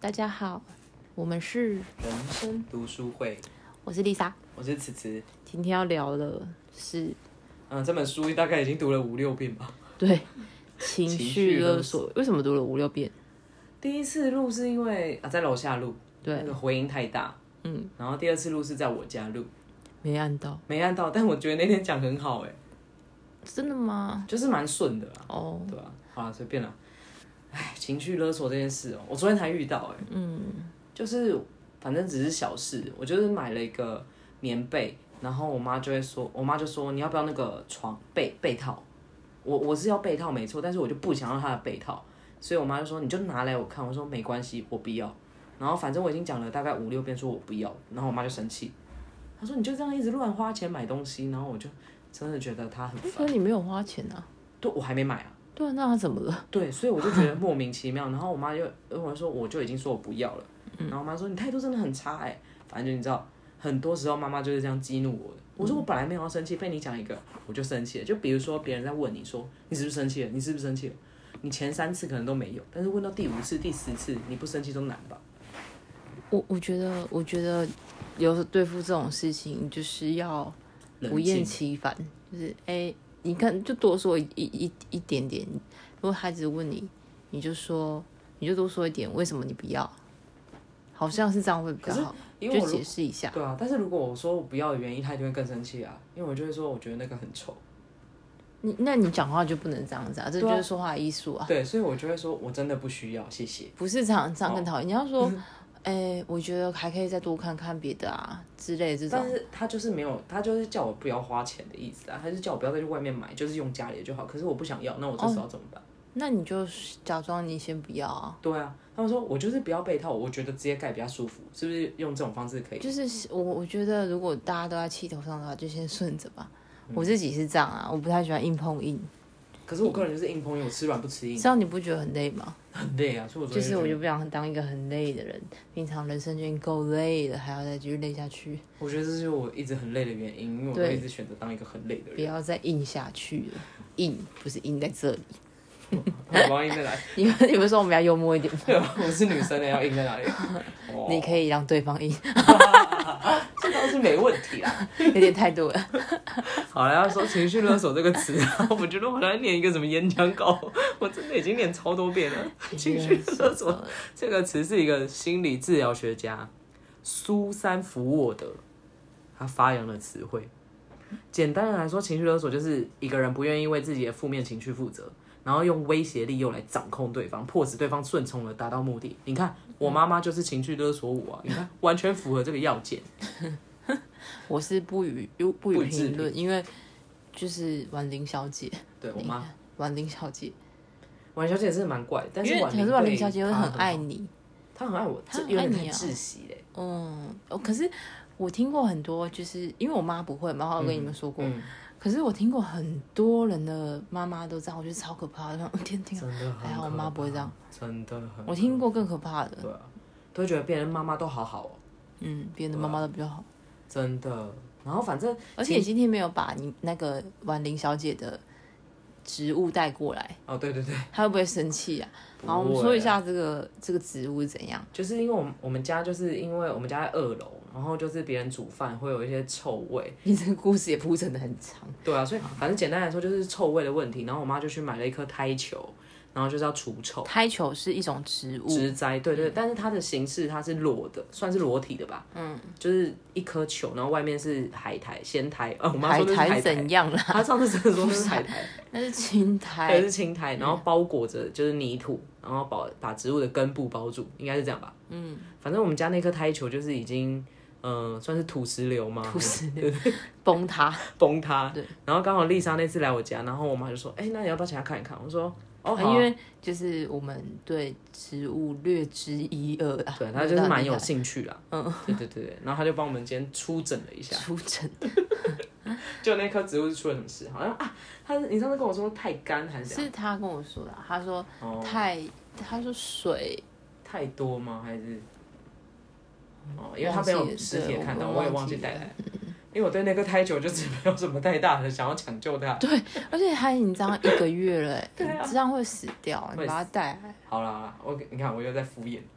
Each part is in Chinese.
大家好，我们是人生读书会， 我是丽莎， 我是慈慈。 今天要聊的是， 这本书大概已经读了5-6遍吧。 对，情绪勒索。为什么读了5-6遍？ 第一次录是因为在楼下录， 对， 那个回音太大。然后第二次录是在我家录， 没按到， 但我觉得那天讲很好真的吗？ 就是蛮顺的啦。 哦， 对吧？好了，随便啦。情绪勒索这件事我昨天才遇到就是反正只是小事，我就是买了一个棉被，然后我妈就说你要不要那个床被套，我是要被套没错，但是我就不想要她的被套，所以我妈就说你就拿来我看，我说没关系，我不要，然后反正我已经讲了大概5-6遍说我不要，然后我妈就生气，她说你就这样一直乱花钱买东西，然后我就真的觉得她很烦。 可是你没有花钱啊？ 对，我还没买啊。 对啊，那他怎么了？ 对，所以我就觉得莫名其妙。然后我妈就跟我说，我就已经说我不要了。然后我妈说你态度真的很差反正就你知道，很多时候妈妈就是这样激怒我的。我说我本来没有要生气，被你讲一个我就生气了。就比如说别人在问你说你是不是生气了，你是不是生气了？你前3次可能都没有，但是问到第5次、第10次，你不生气都难吧？ 我觉得有时候对付这种事情就是要不厌其烦，就是你看，就多说一点点。如果孩子问你，你就多说一点，为什么你不要？好像是这样会比较好，就解释一下。 对啊，但是如果我说我不要的原因，他一定会更生气啊，因为我就会说我觉得那个很丑。 那你讲话就不能这样子啊，这就是说话艺术啊。 对，所以我就会说我真的不需要，谢谢。 不是这样更讨厌。你要说。我觉得还可以再多看看别的啊之类的这种。 但是他就是没有，他就是叫我不要花钱的意思啊，他是叫我不要再去外面买，就是用家里的就好。可是我不想要，那我这时候怎么办？ 那你就假装你先不要啊。 对啊，他们说我就是不要被套，我觉得直接盖比较舒服，是不是用这种方式可以？ 就是我觉得如果大家都在气头上的话，就先顺着吧。我自己是这样啊，我不太喜欢硬碰硬。 可是我个人就是硬碰硬，我吃软不吃硬。 这样你不觉得很累吗？ 很累啊，所以我就是我就不想当一个很累的人，平常人生就已经够累了，还要再继续累下去。 我觉得这就是我一直很累的原因，因为我都一直选择当一个很累的人。 不要再硬下去了，硬不是硬在这里。 我要硬在哪里？ 你们说我们要幽默一点吗？ 对啊，我是女生的，要硬在哪里？ 你可以让对方硬， 这倒是没问题啦， 有点太多了。 好了，要说情绪勒索这个词，我觉得我在念一个什么演讲稿，我真的已经念超多遍了。情绪勒索这个词是一个心理治疗学家苏珊·福沃德他发扬的词汇。简单的来说，情绪勒索就是一个人不愿意为自己的负面情绪负责，然后用威胁利诱来掌控对方，迫使对方顺从而达到目的。你看，我妈妈就是情绪勒索我啊，你看完全符合这个要件。 我是不予评论，因为就是婉玲小姐， 对我妈婉玲小姐， 婉小姐真的蛮怪的，但是可是婉玲小姐会很爱你， 她很爱我， 她有点太窒息嘞。 可是我听过很多，就是因为我妈不会嘛，我跟你们说过。可是我听过很多人的妈妈都这样，我觉得超可怕的。天，还好我妈不会这样， 真的很。 我听过更可怕的。 对啊，都会觉得别人妈妈都好好哦。 别人的妈妈都比较好。 真的，然后反正， 而且你今天没有把你那个婉玲小姐的植物带过来。 哦，对， 她会不会生气啊？好，我们说一下这个植物是怎样。 就是因为我们家就是因为我们家在2楼，然后就是别人煮饭会有一些臭味。 你这个故事也铺陈得很长。 对啊，所以反正简单来说就是臭味的问题。然后我妈就去买了一颗胎球，然后就是要除臭。 胎球是一种植物， 植栽，对，但是它的形式它是裸的，算是裸体的吧。就是一颗球，然后外面是仙苔。我妈说那是海苔怎样啦？ 她上次真的说那是海苔， 那是青苔， 对，是青苔，然后包裹着就是泥土，然后把植物的根部包住，应该是这样吧。反正我们家那颗胎球就是已经算是土石流嘛， 土石流崩塌。 对。然后刚好丽莎那次来我家，然后我妈就说：“那你要不要请她看一看？”我说。 因为就是我们对植物略知一二啦， 对，他就是蛮有兴趣啦。对，然后他就帮我们今天出诊了一下。 出诊， 就那棵植物是出了什么事？好像你上次跟我说太干还是怎样？ 是他跟我说的，他说他说水太多吗？还是因为他没有实体看到，我也忘记带来。因为我对那个胎球就是没有什么太大的想要抢救它。 对，而且它已经这样1个月了，这样会死掉，你把它带来。 好啦，你看我又在敷衍。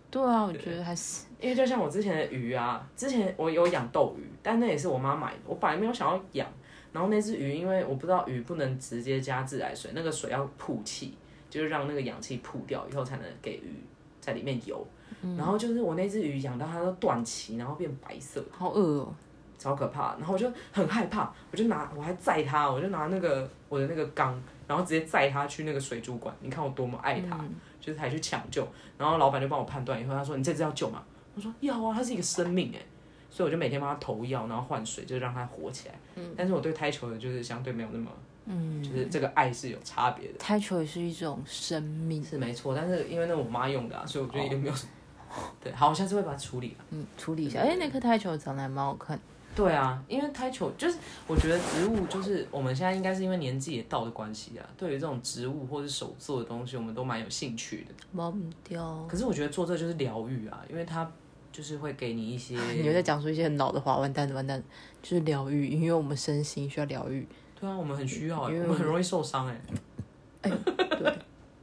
对啊，我觉得还是因为就像我之前的鱼啊，之前我有养斗鱼，但那也是我妈买的，我本来没有想要养。然后那只鱼，因为我不知道鱼不能直接加自来水，那个水要曝气，就是让那个氧气曝掉以后才能给鱼在里面游。然后就是我那只鱼养到它都断鳍，然后变白色， 好恶哦， 超可怕。然后我就很害怕，我还载它，我就拿我的那个缸，然后直接载它去那个水族馆。你看我多么爱它，就是还去抢救。然后老板就帮我判断以后，他说你这只要救吗？我说要啊，它是一个生命哎。所以我就每天帮它投药，然后换水，就让它活起来。但是我对胎球的就是相对没有那么，就是这个爱是有差别的。 胎球也是一种生命， 是没错。但是因为那是我妈用的啊，所以我觉得也没有什么。对，好，我下次会把它处理了。 处理一下。那颗胎球长得还蛮好看。 对啊，因为胎球就是我觉得植物就是我们现在应该是因为年纪也到的关系啊，对于这种植物或是手做的东西，我们都蛮有兴趣的。 忘不掉。 可是我觉得做这就是疗愈啊，因为它。就是会给你一些， 你又在讲出一些很老的话，完蛋，就是疗愈，因为我们身心需要疗愈。 对啊，我们很需要，我们很容易受伤对。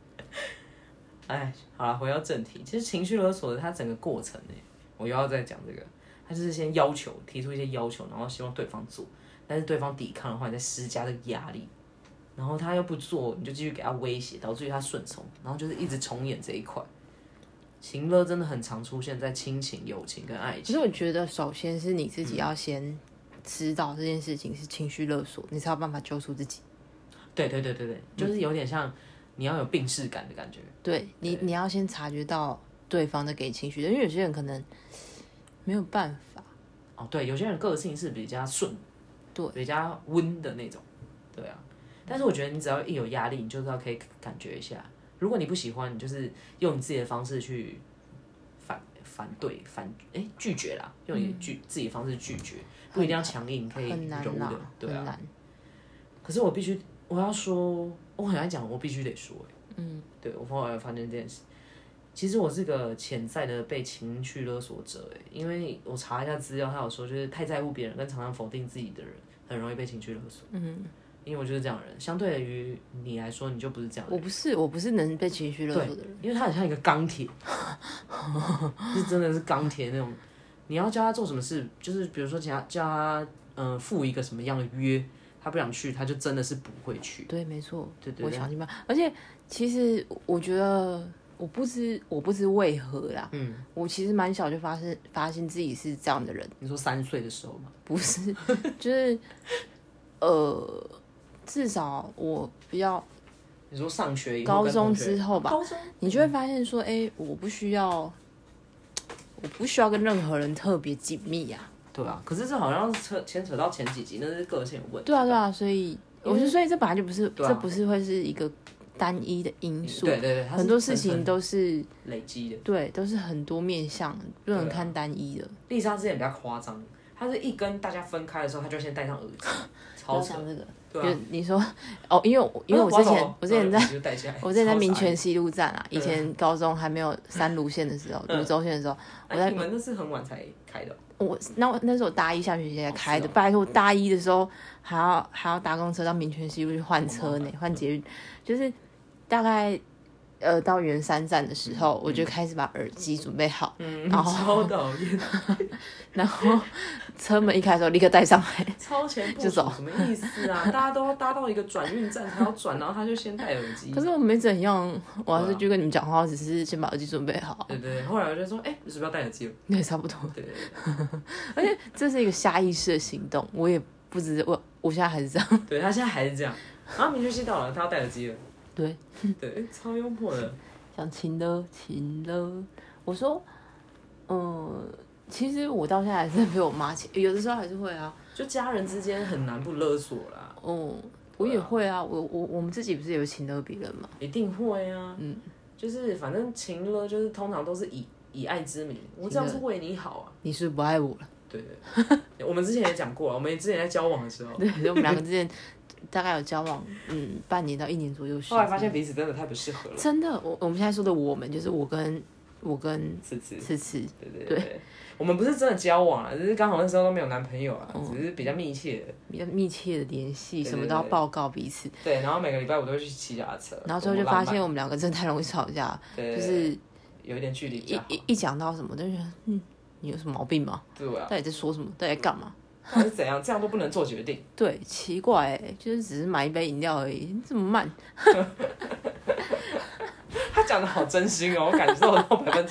好了，回到正题，其实情绪勒索的它整个过程我又要再讲这个，它就是先提出一些要求，然后希望对方做，但是对方抵抗的话，你再施加这个压力，然后他又不做，你就继续给他威胁，导致于他顺从，然后就是一直重演这一块。情勒真的很常出现在亲情、友情跟爱情。 可是我觉得，首先是你自己要先知道这件事情是情绪勒索，你才有办法救出自己。 对，就是有点像你要有病识感的感觉。 对你要先察觉到对方在给情绪的，因为有些人可能没有办法。 对，有些人个性是比较顺， 对， 比较温的那种，对啊。但是我觉得你只要一有压力，你就是要可以感觉一下。如果你不喜欢，你就是用你自己的方式去拒绝啦，用你自己的方式拒绝，不一定要强硬，可以柔的，对啊。可是我要说，我很爱讲，我必须得说，对我后来发现这件事，其实我是个潜在的被情绪勒索者，因为我查一下资料，他有说，就是太在乎别人跟常常否定自己的人，很容易被情绪勒索。因为我就是这样的人，相对于你来说，你就不是这样的人。 我不是能被情绪勒索的人， 因为他很像一个钢铁，是真的是钢铁那种。你要叫他做什么事，就是比如说叫他赴一个什么样的约，他不想去，他就真的是不会去。 对，没错， 对， 我想明白。而且其实我觉得我不知为何啦，我其实蛮小就发现自己是这样的人。 你说3岁的时候吗？ 不是，就是至少我比较， 你说上学以后高中之后吧，你就会发现说，我不需要跟任何人特别紧密啊。 对啊，可是这好像牵扯到前几集，那是个性有问题。 对啊，所以这本来就不是，这不是会是一个单一的因素。 对， 很多事情都是累积的。 对，都是很多面向，不能看单一的。 丽莎之前比较夸张，她是一跟大家分开的时候，她就先戴上耳机，超扯。 这个。 对就你说因为我之前在民权西路站啊，以前高中还没有3路线的时候，泸州线的时候， 你们那是很晚才开的。 那是我大一下学期才开的，拜托，大一的时候还要搭公车到民权西路去换车呢，换捷运，就是大概到圆山站的时候，我就开始把耳机准备好，然后超讨厌， 然后车门一开的时候立刻带上来， 超前部署什么意思啊？大家都搭到一个转运站才要转，然后他就先戴耳机。 可是我没怎样，我还是就跟你们讲话，只是先把耳机准备好。 对，后来我就说，你是不是要戴耳机了？ 对，差不多。 对， 而且这是一个下意识的行动，我也不知我现在还是这样。 对，他现在还是这样。然后民权西到了，他要戴耳机了。 对， 超幽默的。 想情了，我说，其实我到现在还是被我妈有的时候还是会啊， 就家人之间很难不勒索啦。 我也会啊，我们自己不是有情勒别人吗？ 一定会啊，就是反正情勒就是通常都是以爱之名，我这样是为你好啊。 你是不爱我了？ 对，我们之前也讲过了，我们之前在交往的时候， 对，我们2个之前大概有交往半年到1年左右， 后来发现彼此真的太不适合了。 真的，我们现在说的我们就是我跟次次， 对，我们不是真的交往啊，只是刚好那时候都没有男朋友啊，只是比较密切的联系，什么都要报告彼此。 对，然后每个礼拜我都会去骑脚踏车， 然后最后就发现我们2个真的太容易吵架，就是有一点距离比较好。 一讲到什么，就觉得你有什么毛病吗？ 对啊， 到底在说什么？到底在干嘛？ 到底是怎样？这样都不能做决定？ 对，奇怪就是只是买一杯饮料而已，你这么慢。 他讲的好真心哦，我感受到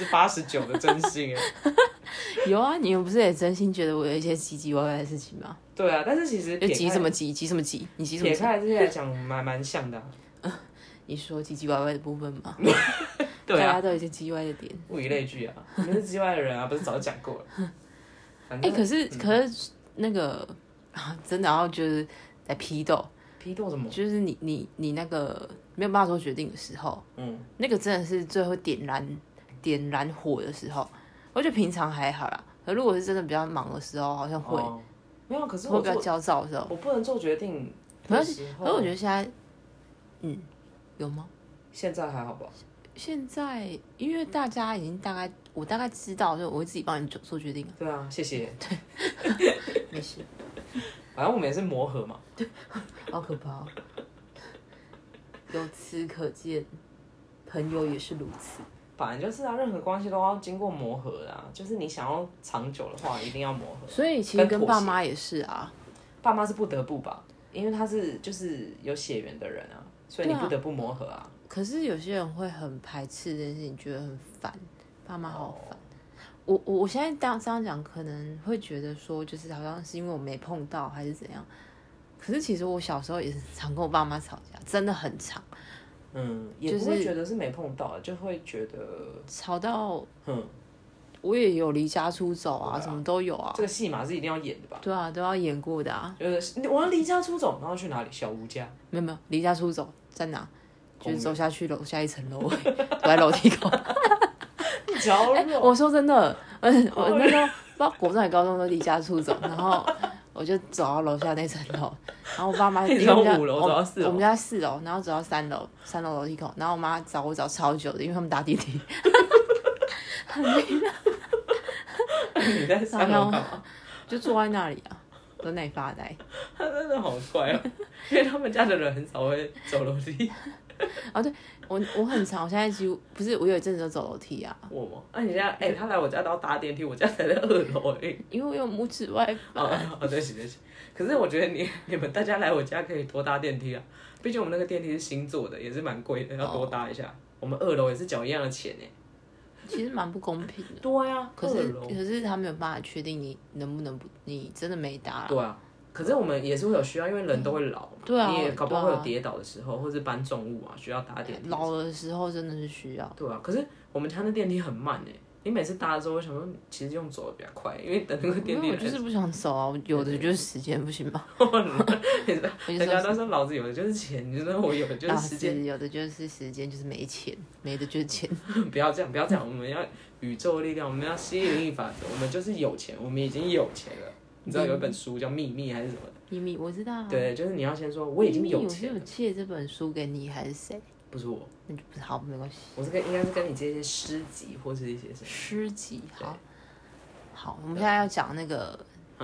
89%的真心哎。 有啊，你们不是也真心觉得我有一些唧唧歪歪的事情吗？ 对啊，但是其实急什么急？急什么急？你急什么急？ 撇开这些来讲，蛮像的你说唧唧歪歪的部分吗？ 对啊， 大家都有一些唧歪的点。 物以类聚啊，你们是叽歪的人啊，不是早就讲过了？ 可是那个真的要就是在批斗什么？ 就是你那个没有办法做决定的时候，那个真的是最会点燃火的时候。我觉得平常还好啦，可如果是真的比较忙的时候，好像会。 没有，可是会比较焦躁的时候， 我不能做决定的时候。可是我觉得现在，有吗？ 现在还好吧？ 现在因为大家已经我大概知道，就我会自己帮你做决定。 对啊，谢谢。 对，没事。 反正我们也是磨合嘛。 对，好可怕哦。由此可见，朋友也是如此。 本来就是啊，任何关系都要经过磨合的啊。就是你想要长久的话，一定要磨合。 所以其实跟爸妈也是啊。 爸妈是不得不吧，因为他是就是有血缘的人啊，所以你不得不磨合啊。 可是有些人会很排斥这件事情，觉得很烦，爸妈好烦。我现在这样讲，可能会觉得说，就是好像是因为我没碰到还是怎样。可是其实我小时候也是常跟我爸妈吵架，真的很长。 也不会觉得是没碰到，就会觉得吵到，我也有离家出走啊，什么都有啊。 这个戏码是一定要演的吧？ 对啊，都要演过的啊。 就是我要离家出走，然后去哪里？小吴家？ 没有，离家出走在哪？就是走下去楼下一层楼，躲在楼梯口。我说真的，我那时候不知道国中还高中都离家出走，然后我就走到楼下那层楼，然后我爸妈你从5楼走到4楼， 我们家4楼，然后走到3楼楼梯口，然后我妈找我超久的，因为他们搭电梯。很累的。 你在3楼干嘛？ 就坐在那里啊，在那里发呆。 他真的好乖哦，因为他们家的人很少会走楼梯。 对，我很常，我现在几乎不是，我有一阵子都走楼梯啊。 我吗？你现在他来我家都要搭电梯，我家才在2楼而已。 因为我有拇指外翻。 对不起。可是我觉得你们大家来我家可以多搭电梯啊，毕竟我们那个电梯是新做的，也是蛮贵的，要多搭一下。我们2楼也是缴一样的钱呢。 其实蛮不公平的。 对啊， 可是他没有办法确定你能不能不，你真的没搭。 对啊。可是我们也是会有需要，因为人都会老， 对啊， 你也搞不好会有跌倒的时候，或是搬重物啊，需要搭电梯。 老的时候真的是需要。 对啊，可是我们家那电梯很慢哎，你每次搭的时候，我想说，其实用走的比较快，因为等那个电梯来。 我就是不想走啊，有的就是时间，不行吗？ 人家都说老子有的就是钱，你说我有的就是时间， 有的就是时间，就是没钱，没的就是钱。 不要这样，我们要宇宙力量，我们要吸引力法则，我们就是有钱，我们已经有钱了。你知道有一本书叫《秘密》还是什么的？ 秘密我知道。 对，就是你要先说我已经有钱了。 我是有借这本书给你还是谁？ 不是我， 那就不是好，没关系。 我是应该是跟你借一些诗集或是一些什么诗集。好，我们现在要讲那个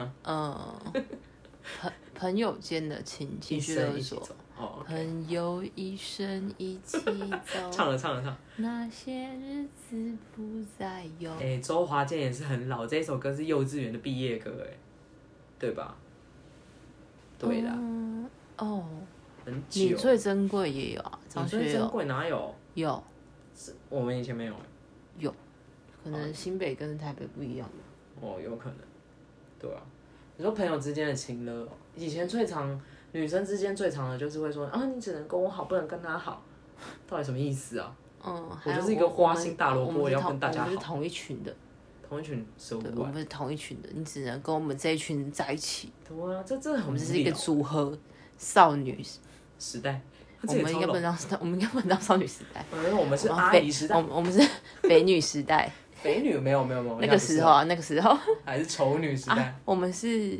朋友间的情绪勒索。朋友一生一起走。 唱了。 那些日子不再有。 周华健也是很老，这一首歌是幼稚园的毕业歌，对吧？对啦。很久。 你最珍贵也有啊，张学友。 你最珍贵哪有？ 有。 我们以前没有。 有，可能新北跟台北不一样。 有可能。对啊。你说朋友之间的情勒，以前最常。女生之间最常的就是会说你只能跟我好，不能跟他好，到底什么意思啊？我就是一个花心大萝卜，要跟大家好。 我们是同一群的， 同一群什么？ 我们是同一群的，你只能跟我们这一群在一起。 对啊，这很。 我们是一个组合，少女时代。 我们应该不能当少女时代。 我们是阿姨时代。 我们是肥女时代。 肥女没有。那个时候还是丑女时代。 我们是。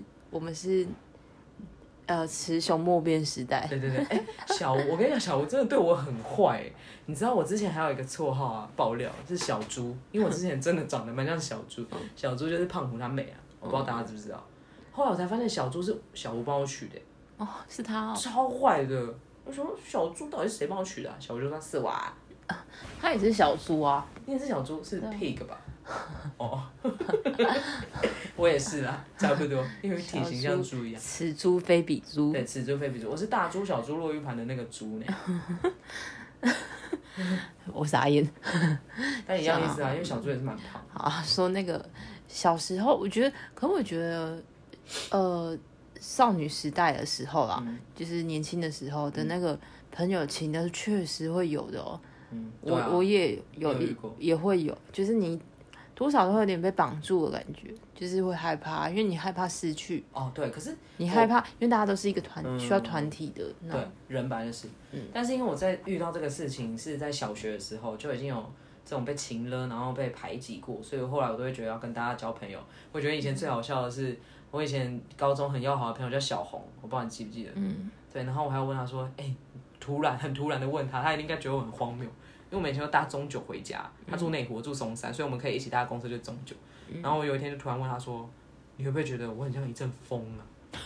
雌雄莫辨时代。 对。小吴，我跟你讲，小吴真的对我很坏。你知道我之前还有一个绰号啊，爆料是小猪，因为我之前真的长得蛮像小猪。小猪就是胖虎他妹啊，我不知道大家知不知道。后来我才发现小猪是小吴帮我取的。 是他。 超坏的。我说小猪到底是谁帮我取的？小吴就说是我。 它也是小猪啊。 你也是小猪，是 pig 吧？哦，我也是啦，差不多，因为体型像猪一样。 此猪非彼猪。 对，此猪非彼猪。我是大猪小猪落玉盘的那个猪呢。 我傻眼。 但一样意思啊，因为小猪也是蛮胖。 好啊，说那个小时候，我觉得，少女时代的时候啦，就是年轻的时候的那个朋友情，那是确实会有的哦。我也也会有，就是你多少都会有点被绑住的感觉，就是会害怕，因为你害怕失去。 哦，对，可是你害怕，因为大家都是一个需要团体的。 对，人本来就是。但是因为我在遇到这个事情是在小学的时候就已经有这种被情勒，然后被排挤过，所以后来我都会觉得要跟大家交朋友。我觉得以前最好笑的是，我以前高中很要好的朋友叫小红，我不知道你记不记得。对，然后我还要问他说，很突然的问他，他应该觉得我很荒谬。因为我们以前都搭中9回家，他住内湖，我住松山，所以我们可以一起搭公车去中9。然后我有一天就突然问他说：“你会不会觉得我很像一阵风啊？”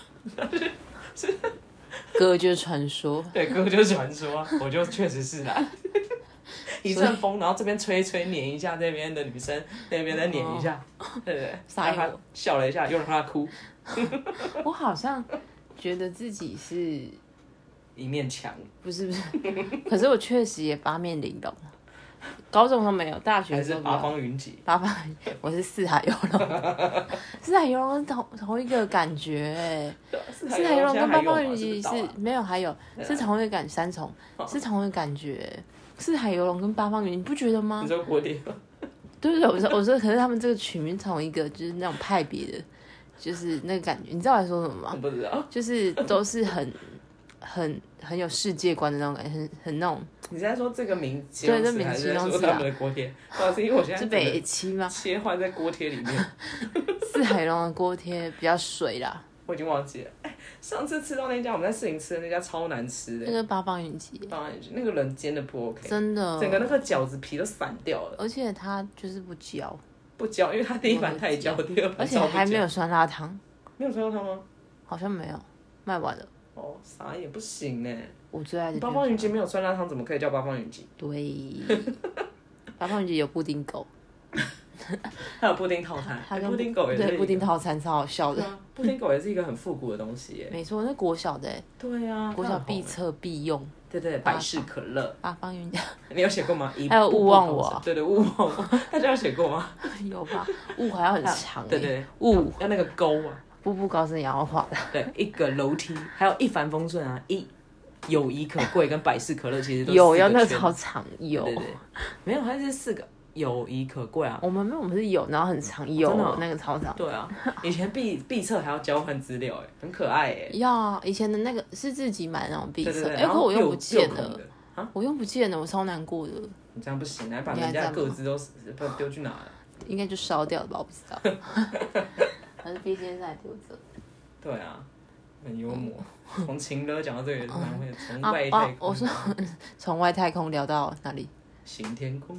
歌就是传说， 对，歌就是传说啊，我就确实是啦。一阵风，然后这边吹吹捻一下，那边的女生那边再捻一下，对不对？让他笑了一下，又让他哭。 我好像觉得自己是。 一面墙不是，可是我确实也八面玲珑。高中都没有，大学还是八方云集。 我是四海游龙，四海游龙是同一个感觉四海游龙跟八方云集是没有，还有是同一个三重是同一个感觉。四海游龙跟八方云集，你不觉得吗？ 你说锅贴？ 对，我说，可是他们这个取名同一个，就是那种派别的，就是那个感觉。你知道我在说什么吗？ 我不知道， 就是都是很有世界观的那种感觉，很那种。 你在说这个名字？对， 这名字形容词啊。他们的锅贴，不好意思，因为我现在是北七吗？ 切换在锅贴里面。 四海龙的锅贴比较水啦。 我已经忘记了。上次吃到那家，我们在士林吃的那家超难吃的。 那个八方云集。 八方云集那个人煎的不 OK。真的。 整个那个饺子皮都散掉了。 而且它就是不焦。 不焦，因为它第一盘太焦，第二盘而且还没有酸辣汤。 没有酸辣汤吗？ 好像没有，卖完了。 哦，啥也不行呢。 我最爱的八方云集没有酸辣汤，怎么可以叫八方云集？ 对，八方云集有布丁狗， 还有布丁套餐，布丁狗也是。 对，布丁套餐超好笑的。 布丁狗也是一个很复古的东西耶。 没错，那国小的。 对啊， 国小必测必用。 对，百事可乐。 八方云集， 你有写过吗？ 还有勿忘我。 对，勿忘我，大家有写过吗？ 有吧，勿还要很长。 对， 勿要那个勾啊。 步步高是杨画的。 对，一个楼梯，还有一帆风顺啊，友谊可贵跟百事可乐其实都有要那个超长有， 对，没有，它是4个友谊可贵啊。 我们没有，我们是有，然后很长有那个超长。 对啊，以前必测还要交换资料很可爱要以前的那个是自己买那种必测， 可我用不见了我用不见了，我超难过的。 你这样不行，来把人家各自都丢去哪了？ 应该就烧掉了吧，我不知道。还是毕竟在丢着。 对啊，很幽默。从情勒讲到这个也是蛮会，从外太空。 我说从外太空聊到哪里？ 行天宫。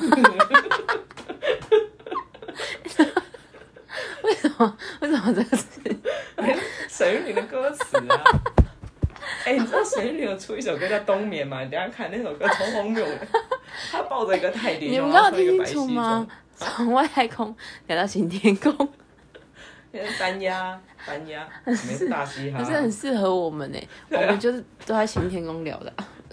为什么这个词？ 沈玉琳的歌词啊。你知道沈玉琳有出一首歌叫《冬眠》吗？你等一下看那首歌超荒谬的。他抱着一个泰迪熊，然后穿一个白西装。 从外太空聊到行天宫。 单压，没是大嘻哈， 可是很适合我们我们就是都在行天宫聊的。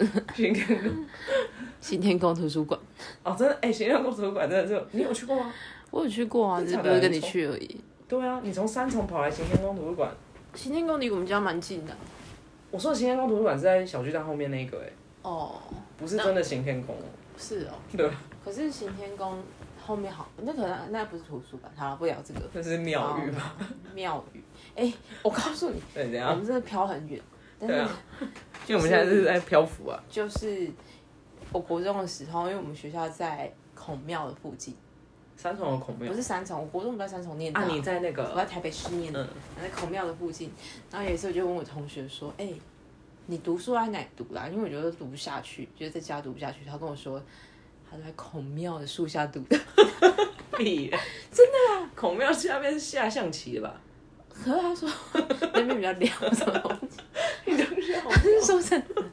行天宫图书馆。 哦，真的行天宫图书馆真的是，你有去过吗？ 我有去过啊，只是不是跟你去而已。 对啊，你从3重跑来行天宫图书馆。 行天宫离我们家蛮近的。 我说的行天宫图书馆是在小巨蛋后面那个哦， 不是真的行天宫是哦。 对。 可是行天宫后面好，那不是图书馆，好了，不聊这个。 那是庙宇吧？ 庙宇，我告诉你， 对，怎样？ 我们真的飘很远。 对啊，因为我们现在是在漂浮啊。 就是我国中的时候，因为我们学校在孔庙的附近。 3重的孔庙？ 不是3重，我国中不在3重念的。 啊，你在那个？ 我在台北市念的，在孔庙的附近。然后有一次我就问我同学说：“你读书在哪里读啦？”因为我觉得读不下去，觉得在家读不下去。他跟我说。他在孔庙的树下读的。 屁！ 真的啊！ 孔庙下面是下象棋的吧？ 可是他说那边比较凉，什么东西？ 你东西好。 是说真的。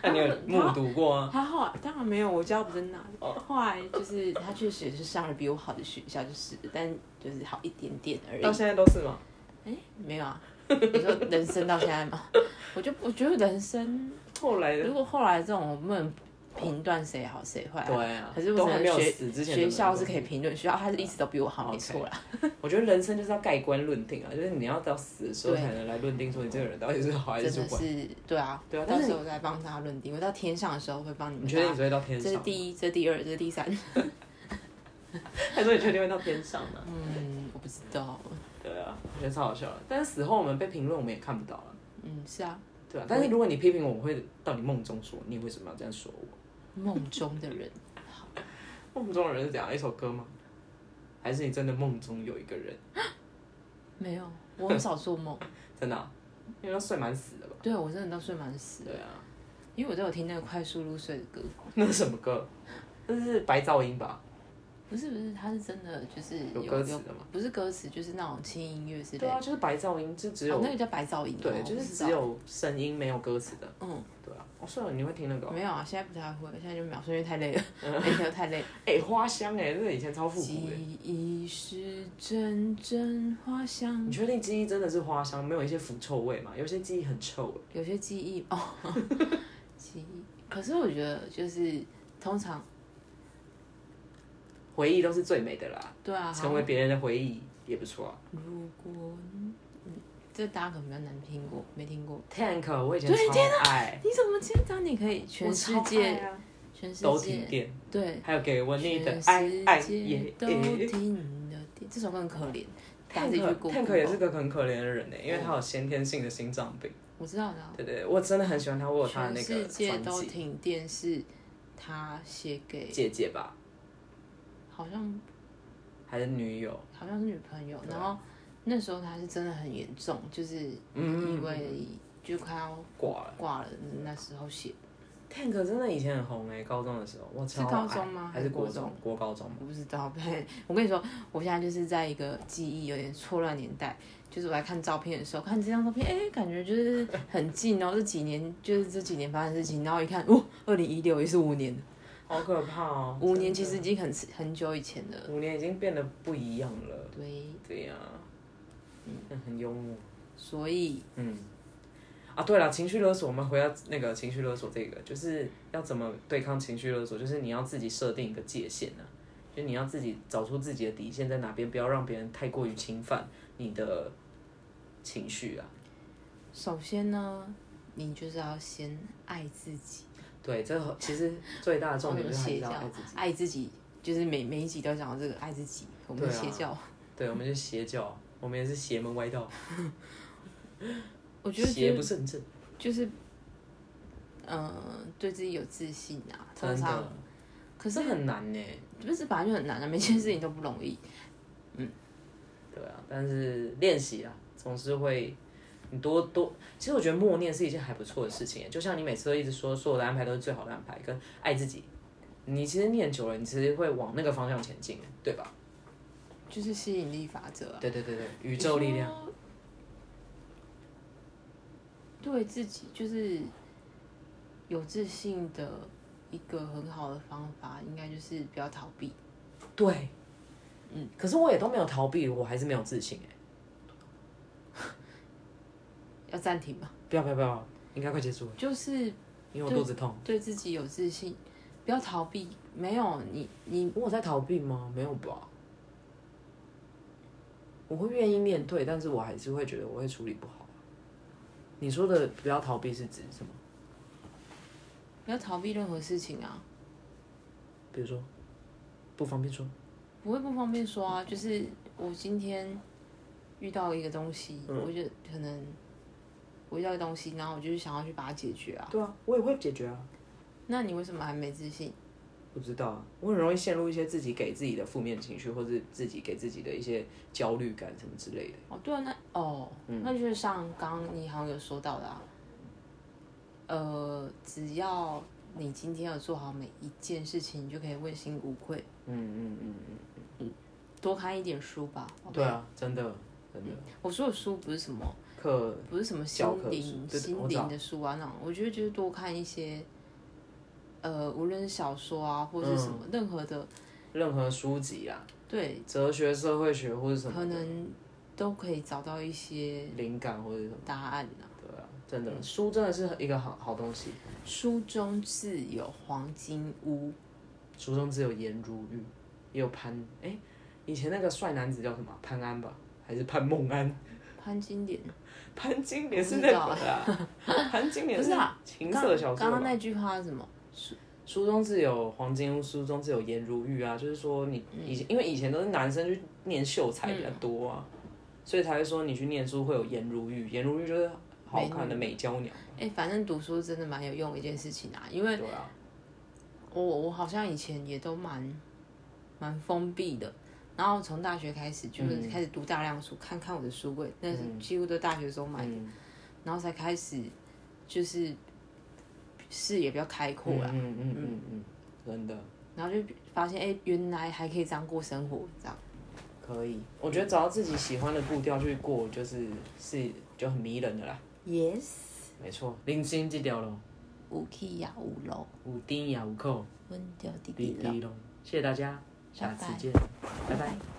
那你有目睹过吗？ 他后来当然没有，我家不在那里。后来就是他确实也是上了比我好的学校，就是但就是好一点点而已。 到现在都是吗？ 没有啊。你说人生到现在吗？我觉得人生后来的， 如果后来这种我不能评断谁好谁坏、 对啊， 可是我都还没有死之前， 学校是可以评论，学校他是一直都比我好，没错啦。 我觉得人生就是要盖棺论定啊，就是你要到死的时候才能来论定说你这个人到底是好还是坏。 真的是对啊，到时候我再帮他论定。我到天上的时候会帮你们。 你确定你会到天上？ 这是第一，这是第二，这是第三。 还说你确定会到天上呢？ 我不知道。 对啊，我觉得超好笑的。但是死后我们被评论，我们也看不到了。 是啊。 对啊，但是如果你批评我，我会到你梦中说，你为什么要这样说我？ 梦中的人， 梦中的人是怎样一首歌吗？还是你真的梦中有一个人？ 没有，我很少做梦。 真的、啊，因为都睡满死了吧？ 对，我真的都睡满死了。 对啊， 因为我都有听那个快速入睡的歌。 那是什么歌？那是白噪音吧？ 不是，它是真的，就是有歌词的吗？ 不是歌词，就是那种轻音乐之类的。 对啊，就是白噪音，就只有、 那个叫白噪音。 对，就是只有声音没有歌词的。对啊。算了，你会听那个、 没有啊，现在不太会，现在就秒睡，因为太累了，每天都太累。 花香这个以前超复古的。 记忆是阵阵花香。 你确定记忆真的是花香，没有一些腐臭味吗？有些记忆很臭有些记忆记忆。可是我觉得就是通常。 回忆都是最美的啦， 对啊， 成为别人的回忆也不错啊。 如果这大家可能比较难听过，没听过。 Tank 我以前超爱。 你怎么经常你可以全世界，全世界都停电， 对， 还有给我你的爱爱也都停了电。这首歌很可怜。 Tank 也是个很可怜的人呢，因为他有先天性的心脏病。 我知道的。 对对，我真的很喜欢他，我有他的那个专辑。 全世界都停电是他写给姐姐吧？ 好像还是女友， 好像是女朋友。然后那时候他是真的很严重，就是以为就快要挂了那时候写。 Tank 真的以前很红高中的时候我超爱。 是高中吗？ 还是国中？国高中？ 我不知道。我跟你说，我现在就是在一个记忆有点错乱年代，就是我来看照片的时候，看这张照片，感觉就是很近哦，这几年发生的事情，然后一看，2016也是5年了。 好可怕哦 ！5年其实已经很久以前了。 5年已经变得不一样了。对呀，很幽默。 所以， 对了，情绪勒索，我们回到那个情绪勒索这个，就是要怎么对抗情绪勒索，就是你要自己设定一个界限啊，就你要自己找出自己的底线在哪边，不要让别人太过于侵犯你的情绪啊。 首先呢，你就是要先爱自己。 对，这其实最大的重点就是还是要爱自己。 爱自己就是每一集都讲到这个爱自己，我们是邪教。 对，我们是邪教，我们也是邪门歪道。 我觉得邪不胜正， 就是对自己有自信啊。 通常，可是很难呢。 不是本来就很难啊，每件事情都不容易。 对啊，但是练习啊，总是会。你多，其实我觉得默念是一件还不错的事情，就像你每次都一直说，所有的安排都是最好的安排，跟爱自己，你其实念久了，你其实会往那个方向前进，对吧？ 就是吸引力法则啊。 对，宇宙力量。 对自己就是有自信的一个很好的方法，应该就是不要逃避。 对，可是我也都没有逃避，我还是没有自信要暂停吧？ 不要，应该快结束了。 就是因为我肚子痛。 对自己有自信，不要逃避。没有你， 我在逃避吗？没有吧。我会愿意面对，但是我还是会觉得我会处理不好。你说的不要逃避是指什么？ 不要逃避任何事情啊。 比如说，不方便说。 不会不方便说啊，就是我今天遇到一个东西，我就可能。我遇到一个东西，然后我就是想要去把它解决啊。 对啊，我也会解决啊。 那你为什么还没自信？ 不知道啊，我很容易陷入一些自己给自己的负面情绪，或者自己给自己的一些焦虑感什么之类的。 对啊，那就是像刚刚你好像有说到的只要你今天有做好每一件事情，你就可以问心无愧。多看一点书吧。 对啊，真的。 我说的书不是什么课不是什么教科书心灵的书啊那种，我觉得就是多看一些，无论是小说啊，或者是什么、 任何书籍啊， 对， 哲学、社会学或者什么， 可能都可以找到一些灵感或者什么答案啊。 对啊，真的，书真的是一个好东西。 书中自有黄金屋， 书中自有颜如玉，也有以前那个帅男子叫什么？潘安吧，还是潘孟安？ 潘金莲。 潘金莲是那个啊，潘金莲不是啊， 情色小说。 刚刚那句话是什么？ 书中自有黄金屋，书中自有颜如玉啊，就是说你因为以前都是男生去念秀才比较多啊，所以才会说你去念书会有颜如玉，颜如玉就是好看的美娇娘。 反正读书真的蛮有用的一件事情啊，因为对啊， 我好像以前也都蛮封闭的，然后从大学开始就是开始读大量书，看看我的书柜，那是几乎都大学时候买的，然后才开始就是视野比较开阔啦。 真的。 然后就发现，原来还可以这样过生活，这样。 可以，我觉得找到自己喜欢的步调去过，就很迷人的啦。 Yes。 没错，人生这条路， 有起也有落， 有甜也有苦， 阮就直直落。 谢谢大家，下次见，拜拜。